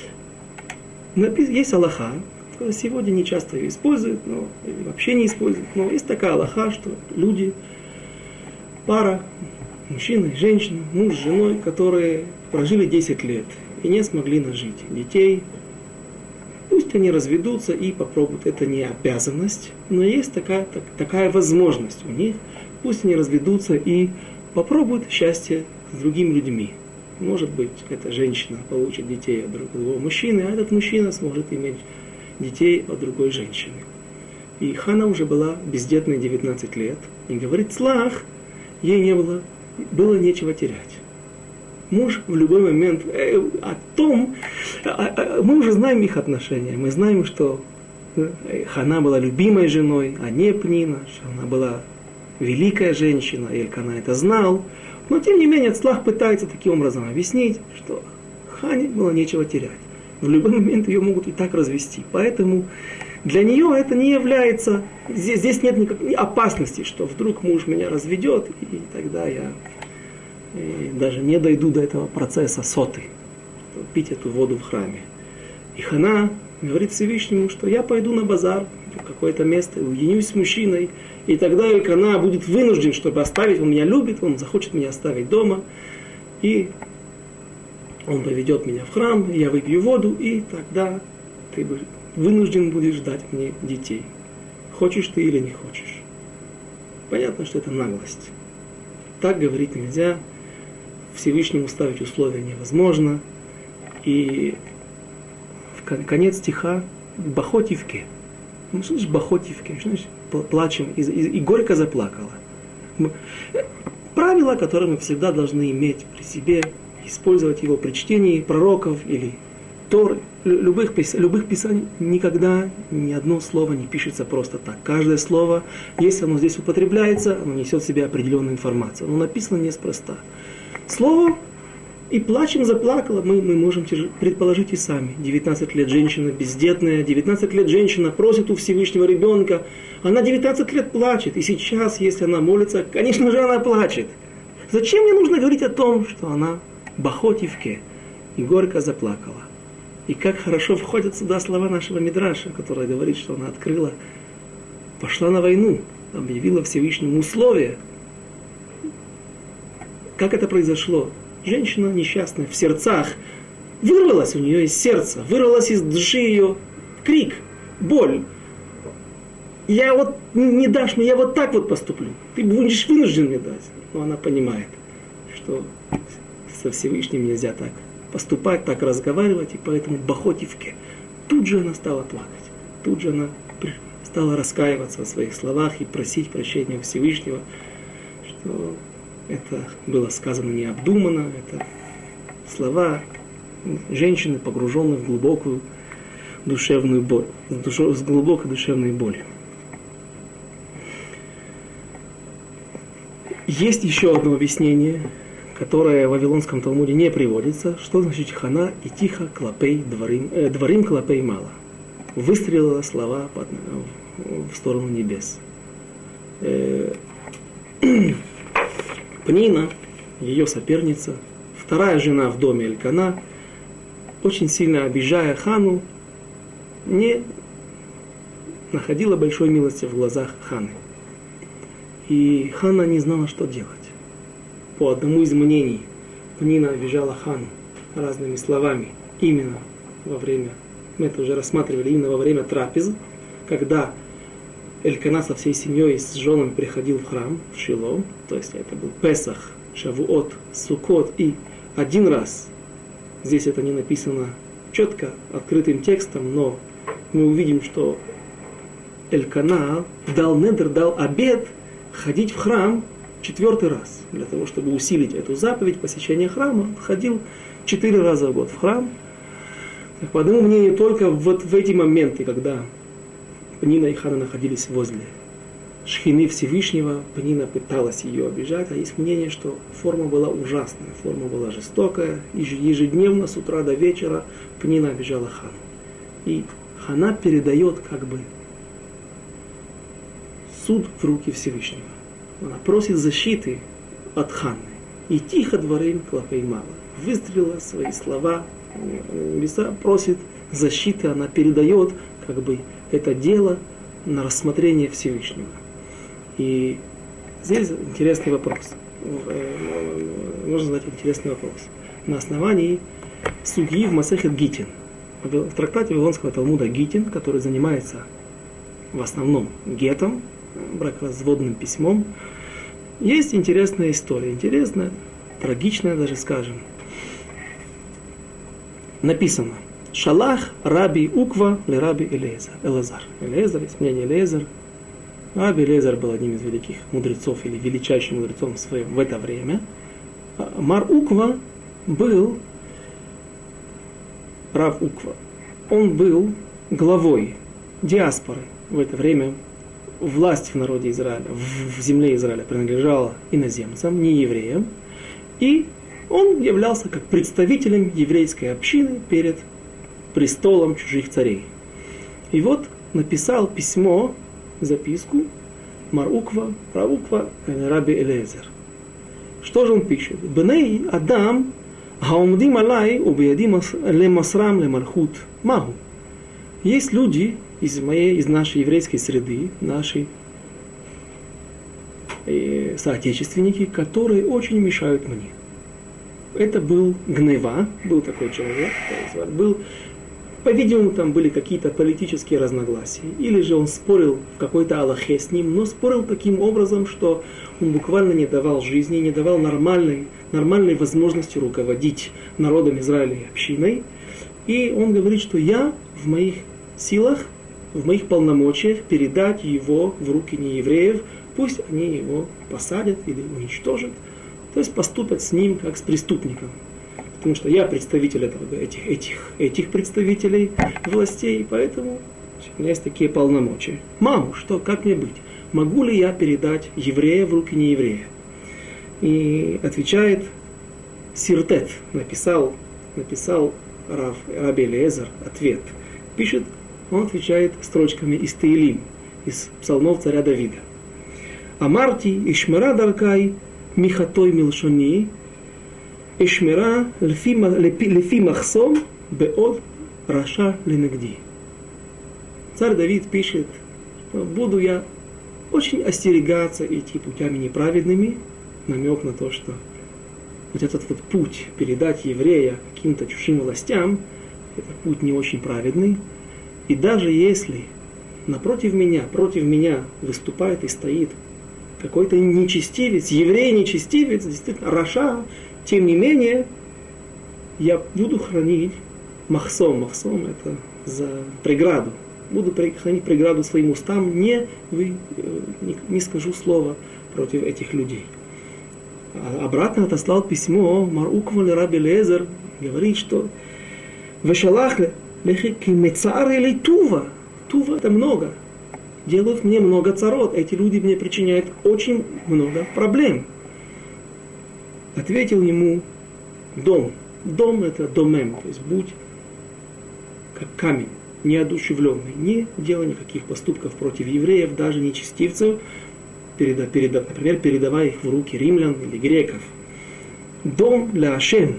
Speaker 1: Есть алаха, которая сегодня не часто ее используют, или вообще не используют, но есть такая алаха, что люди, пара, мужчина и женщина, муж с женой, которые прожили 10 лет и не смогли нажить детей, пусть они разведутся и попробуют. Это не обязанность, но есть такая возможность у них. Пусть они разведутся и попробуют счастье с другими людьми. Может быть, эта женщина получит детей от другого мужчины, а этот мужчина сможет иметь детей от другой женщины. И Хана уже была бездетной 19 лет. И говорит, Цлах, ей было нечего терять. Муж в любой момент, мы уже знаем их отношения, мы знаем, что Хана была любимой женой, а не Пнина, что она была великая женщина, и Элькана это знал. Но тем не менее Ацлах пытается таким образом объяснить, что Хане было нечего терять. В любой момент ее могут и так развести. Поэтому для нее это не является, здесь нет никакой опасности, что вдруг муж меня разведет, и тогда я даже не дойду до этого процесса соты, пить эту воду в храме. И Хана говорит Всевышнему, что я пойду на базар, в какое-то место, уединюсь с мужчиной, и тогда Элькана будет вынужден, чтобы оставить, он меня любит, он захочет меня оставить дома, и он поведет меня в храм, я выпью воду, и тогда ты вынужден будешь ждать мне детей. Хочешь ты или не хочешь. Понятно, что это наглость. Так говорить нельзя, Всевышнему ставить условия невозможно, и конец стиха «Бахотивке». Ну, что значит «Бахотивке»? Что значит «плачем» и горько заплакала? Правило, которое мы всегда должны иметь при себе, использовать его при чтении пророков или Торы, любых писаний, никогда ни одно слово не пишется просто так. Каждое слово, если оно здесь употребляется, оно несет в себе определенную информацию. Оно написано неспроста. Слово «и плачем» заплакала, мы можем предположить и сами. 19 лет женщина бездетная, 19 лет женщина просит у Всевышнего ребенка, она 19 лет плачет, и сейчас, если она молится, конечно же, она плачет. Зачем мне нужно говорить о том, что она бахотивке и горько заплакала? И как хорошо входят сюда слова нашего Мидраша, который говорит, что она открыла, пошла на войну, объявила Всевышнему условия. Как это произошло? Женщина несчастная в сердцах, вырвалась у нее из сердца, вырвалась из души ее крик, боль. Я вот не дашь мне, я вот так вот поступлю. Ты будешь вынужден мне дать. Но она понимает, что со Всевышним нельзя так поступать, так разговаривать, и поэтому бахотивке. Тут же она стала плакать. Тут же она стала раскаиваться в своих словах и просить прощения у Всевышнего, что это было сказано необдуманно, это слова женщины, погруженной в глубокую душевную боль, с глубокой душевной болью. Есть еще одно объяснение, которое в Вавилонском Талмуде не приводится, что значит Хана и тихо клапей дворим клапей мало. Выстрелила слова в сторону небес. Пнина, ее соперница, вторая жена в доме Элькана, очень сильно обижая Хану, не находила большой милости в глазах Ханы. И Хана не знала, что делать. По одному из мнений, Пнина обижала Хану разными словами, именно во время, мы это уже рассматривали, именно во время трапезы, когда Элькана со всей семьей и с женами приходил в храм, в Шило, то есть это был Песах, Шавуот, Суккот, и один раз, здесь это не написано четко, открытым текстом, но мы увидим, что Элькана дал недр, дал обет ходить в храм 4 раз. Для того, чтобы усилить эту заповедь посещения храма, ходил 4 раза в год в храм. Так, по одному мнению, только вот в эти моменты, когда Пнина и Хана находились возле Шхины Всевышнего, Пнина пыталась ее обижать, а есть мнение, что форма была ужасная, форма была жестокая, и ежедневно с утра до вечера Пнина обижала Хану. И Хана передает как бы суд в руки Всевышнего. Она просит защиты от Ханы. И тихо дворим клапей мало. Выстрелила свои слова, небеса, просит защиты, она передает как бы это дело на рассмотрение Всевышнего. И здесь интересный вопрос. Можно задать интересный вопрос. На основании судьи в Масехет Гитин, в трактате Вавилонского Талмуда Гитин, который занимается в основном гетом, бракоразводным письмом, есть интересная история. Интересная, трагичная даже, скажем. Написано: Шалах Раби Уква ле Раби Элазар. Элазар, есть мнение Элазар. Раби Элазар был одним из великих мудрецов или величайшим мудрецом в это время. Мар Уква был, Рав Уква, он был главой диаспоры в это время. Власть в народе Израиля, в земле Израиля принадлежала иноземцам, не евреям. И он являлся как представителем еврейской общины перед престолом чужих царей. И вот написал письмо, записку Мар Уква, Раби Элиэзер. Что же он пишет? Бней Адам хаумдим алай убиядим лемасрам лемальхут магу. Есть люди из нашей еврейской среды, наши соотечественники, которые очень мешают мне. Это был Гнева, был такой человек, по-видимому, там были какие-то политические разногласия, или же он спорил в какой-то алахе с ним, но спорил таким образом, что он буквально не давал жизни, не давал нормальной возможности руководить народом Израиля и общиной. И он говорит, что я в моих силах, в моих полномочиях передать его в руки неевреев, пусть они его посадят или уничтожат, то есть поступят с ним как с преступником. Потому что я представитель этих представителей властей, поэтому у меня есть такие полномочия. Маму, что, как мне быть? Могу ли я передать еврея в руки нееврея? И отвечает Сиртет, написал Раби Элиэзер ответ. Он отвечает строчками из Теилим, из псалмов царя Давида. Амарти ишмера даркай михатой милшони ишмера лефи махсом беод раша ленегди. Царь Давид пишет, буду я очень остерегаться идти путями неправедными, намек на то, что вот этот вот путь передать еврея каким-то чужим властям, это путь не очень праведный. И даже если против меня выступает и стоит какой-то нечестивец, еврей-нечестивец, действительно, раша, тем не менее, я буду хранить махсом это за преграду. Буду хранить преграду своим устам, не скажу слова против этих людей. А обратно отослал письмо Мар Уква Раби Элиэзер, говорит, что «Вешалахле лехи кимецар или тува». Тува – это много. Делают мне много царот. Эти люди мне причиняют очень много проблем. Ответил ему дом. Дом – это домем, то есть будь как камень, неодушевленный. Не делай никаких поступков против евреев, даже нечестивцев, например, передавая их в руки римлян или греков. Дом ля Ашем.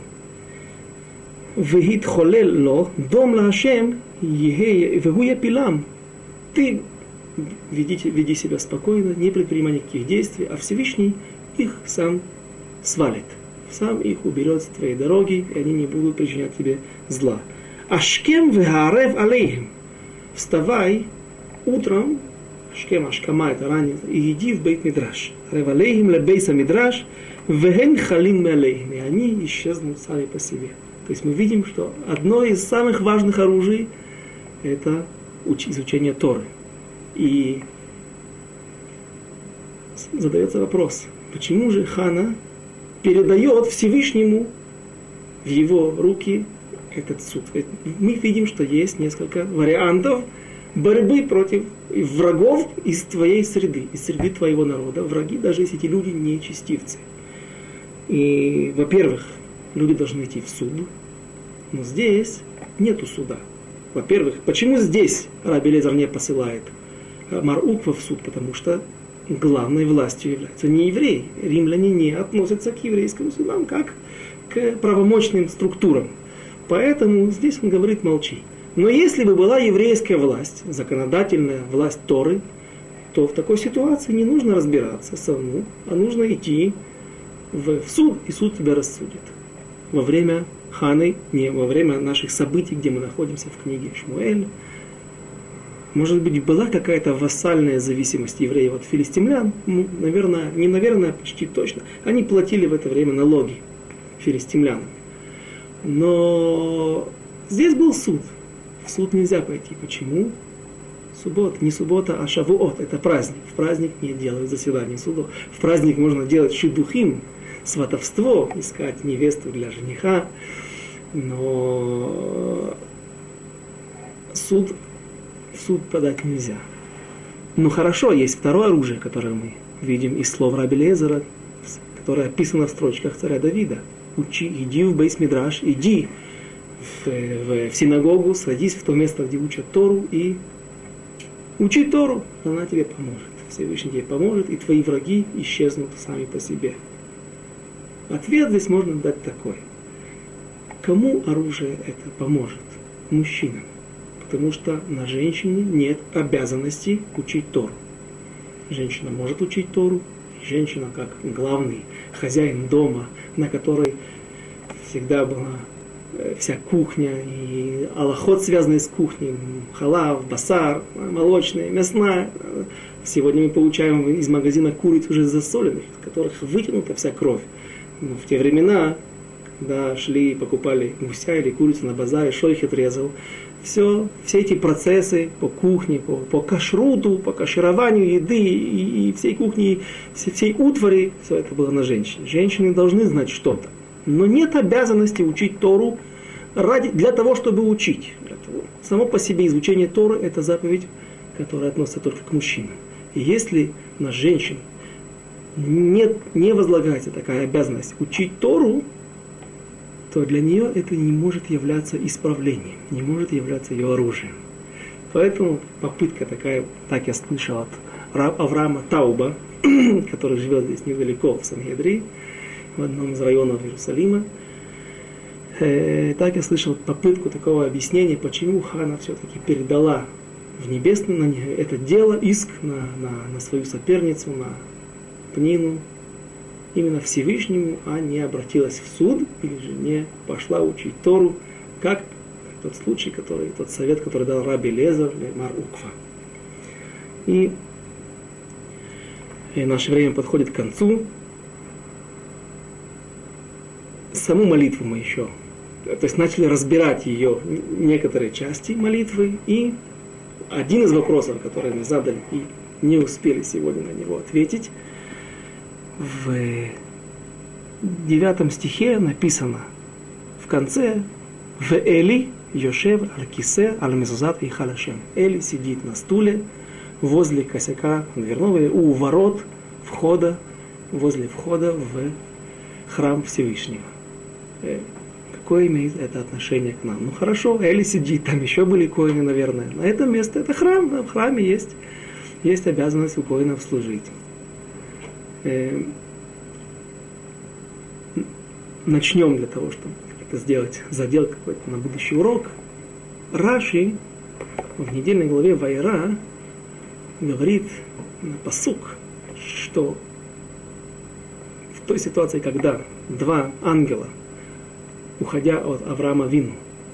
Speaker 1: Вехит холел ло. Дом ля Ашем. Вегуя пилам. Ты веди себя спокойно, не предпринимай никаких действий, а Всевышний их сам свалит. Сам их уберет с твоей дороги, и они не будут причинять тебе зла. Ашкем вехарев алейхим. Вставай утром, ашкем, ашкама, это ранее, и иди в бейт-мидраш. Рев алейхим лебейса мидраш, вехен халим алейхим. И они исчезнут сами по себе. То есть мы видим, что одно из самых важных оружий – это изучение Торы. И задается вопрос, почему же Хана передает Всевышнему в его руки этот суд? Мы видим, что есть несколько вариантов борьбы против врагов из твоей среды, из среды твоего народа. Враги, даже если эти люди нечестивцы. И, во-первых, люди должны идти в суд, но здесь нету суда. Во-первых, почему здесь Раби Элиэзер не посылает Мар Уква в суд? Потому что главной властью является не еврей. Римляне не относятся к еврейским судам как к правомочным структурам. Поэтому здесь он говорит молчи. Но если бы была еврейская власть, законодательная власть Торы, то в такой ситуации не нужно разбираться самому, а нужно идти в суд, и суд тебя рассудит. Во время Ханы, не во время наших событий, где мы находимся в книге Шмуэль, может быть, была какая-то вассальная зависимость евреев от филистимлян? Почти точно. Они платили в это время налоги филистимлянам. Но здесь был суд. В суд нельзя пойти. Почему? Не суббота, а шавуот. Это праздник. В праздник не делают заседания судов. В праздник можно делать шидухим, сватовство, искать невесту для жениха. Но в суд подать нельзя. Но хорошо, есть второе оружие, которое мы видим из слов Раби Элиэзера, которая описана в строчках царя Давида. Учи, иди в бейс-мидраш, иди в синагогу, садись в то место, где учат Тору, и учи Тору, она тебе поможет. Всевышний тебе поможет, и твои враги исчезнут сами по себе. Ответ здесь можно дать такой. Кому оружие это поможет? Мужчинам. Потому что на женщине нет обязанности учить Тору. Женщина может учить Тору, и женщина, как главный хозяин дома, на которой всегда была вся кухня и алахот, связанный с кухней, халав, басар, молочная, мясная. Сегодня мы получаем из магазина куриц уже засоленных, из которых вытянута вся кровь. Но в те времена, когда шли и покупали гуся или курицу на базаре, шойхет резал, все эти процессы по кухне, по кашруту, по кашированию еды и всей кухни, всей утвари, все это было на женщине. Женщины должны знать что-то. Но нет обязанности учить Тору для того, чтобы учить. Само по себе изучение Торы – это заповедь, которая относится только к мужчинам. И если на женщин не возлагается такая обязанность учить Тору, то для нее это не может являться исправлением, не может являться ее оружием. Поэтому попытка такая, так я слышал от Авраама Тауба, который живет здесь недалеко, в Сангедрии, в одном из районов Иерусалима, так я слышал попытку такого объяснения, почему Хана все-таки передала в небесное на это дело, иск на свою соперницу, на Пнину, именно Всевышнему, а не обратилась в суд, или же не пошла учить Тору, как тот случай, тот совет, который дал Раби Лезер Мар Уква. И наше время подходит к концу. Саму молитву мы еще, то есть начали разбирать ее некоторые части молитвы, и один из вопросов, которые мы задали и не успели сегодня на него ответить, в 9 стихе написано в конце «В Эли Йошев аль-Кисе аль-Мезузат и Халашем». Эли сидит на стуле возле косяка дверного, у ворот входа, возле входа в храм Всевышнего. Какое имеет это отношение к нам? Ну хорошо, Эли сидит, там еще были коины, наверное. На это место, это храм, да, в храме есть обязанность у коинов служить. Начнем для того, чтобы это сделать, задел какой-то на будущий урок. Раши в недельной главе Ваера говорит на пасук, что в той ситуации, когда два ангела, уходя от Авраама Вину,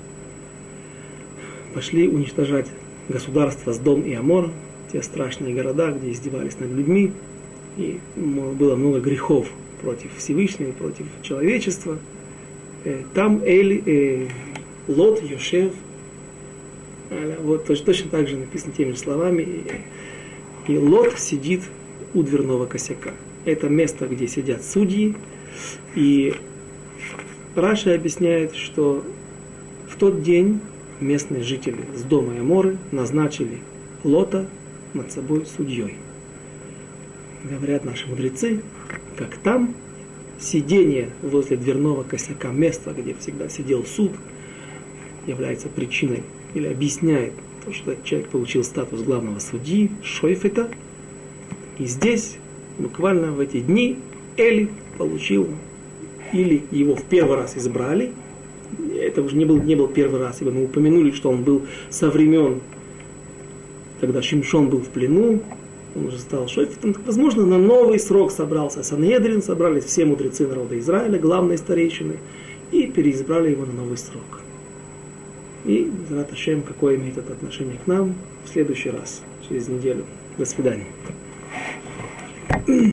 Speaker 1: пошли уничтожать государства Сдом и Амор, те страшные города, где издевались над людьми, и было много грехов против Всевышнего, против человечества. Там Лот Йошев, вот точно так же написано теми же словами, и Лот сидит у дверного косяка. Это место, где сидят судьи, и Раши объясняет, что в тот день местные жители Сдома и Аморы назначили Лота над собой судьей. Говорят наши мудрецы, как там сидение возле дверного косяка, места, где всегда сидел суд, является причиной или объясняет то, что человек получил статус главного судьи, шойфета. И здесь, буквально в эти дни, Эли получил, или его в первый раз избрали, это уже не был первый раз, ибо мы упомянули, что он был со времен, когда Шимшон был в плену, он уже стал шойфетом. Возможно, на новый срок собрался Сангедрин, собрались все мудрецы народа Израиля, главные старейшины, и переизбрали его на новый срок. И, Зрат Ашем, какое имеет это отношение к нам, в следующий раз, через неделю. До свидания.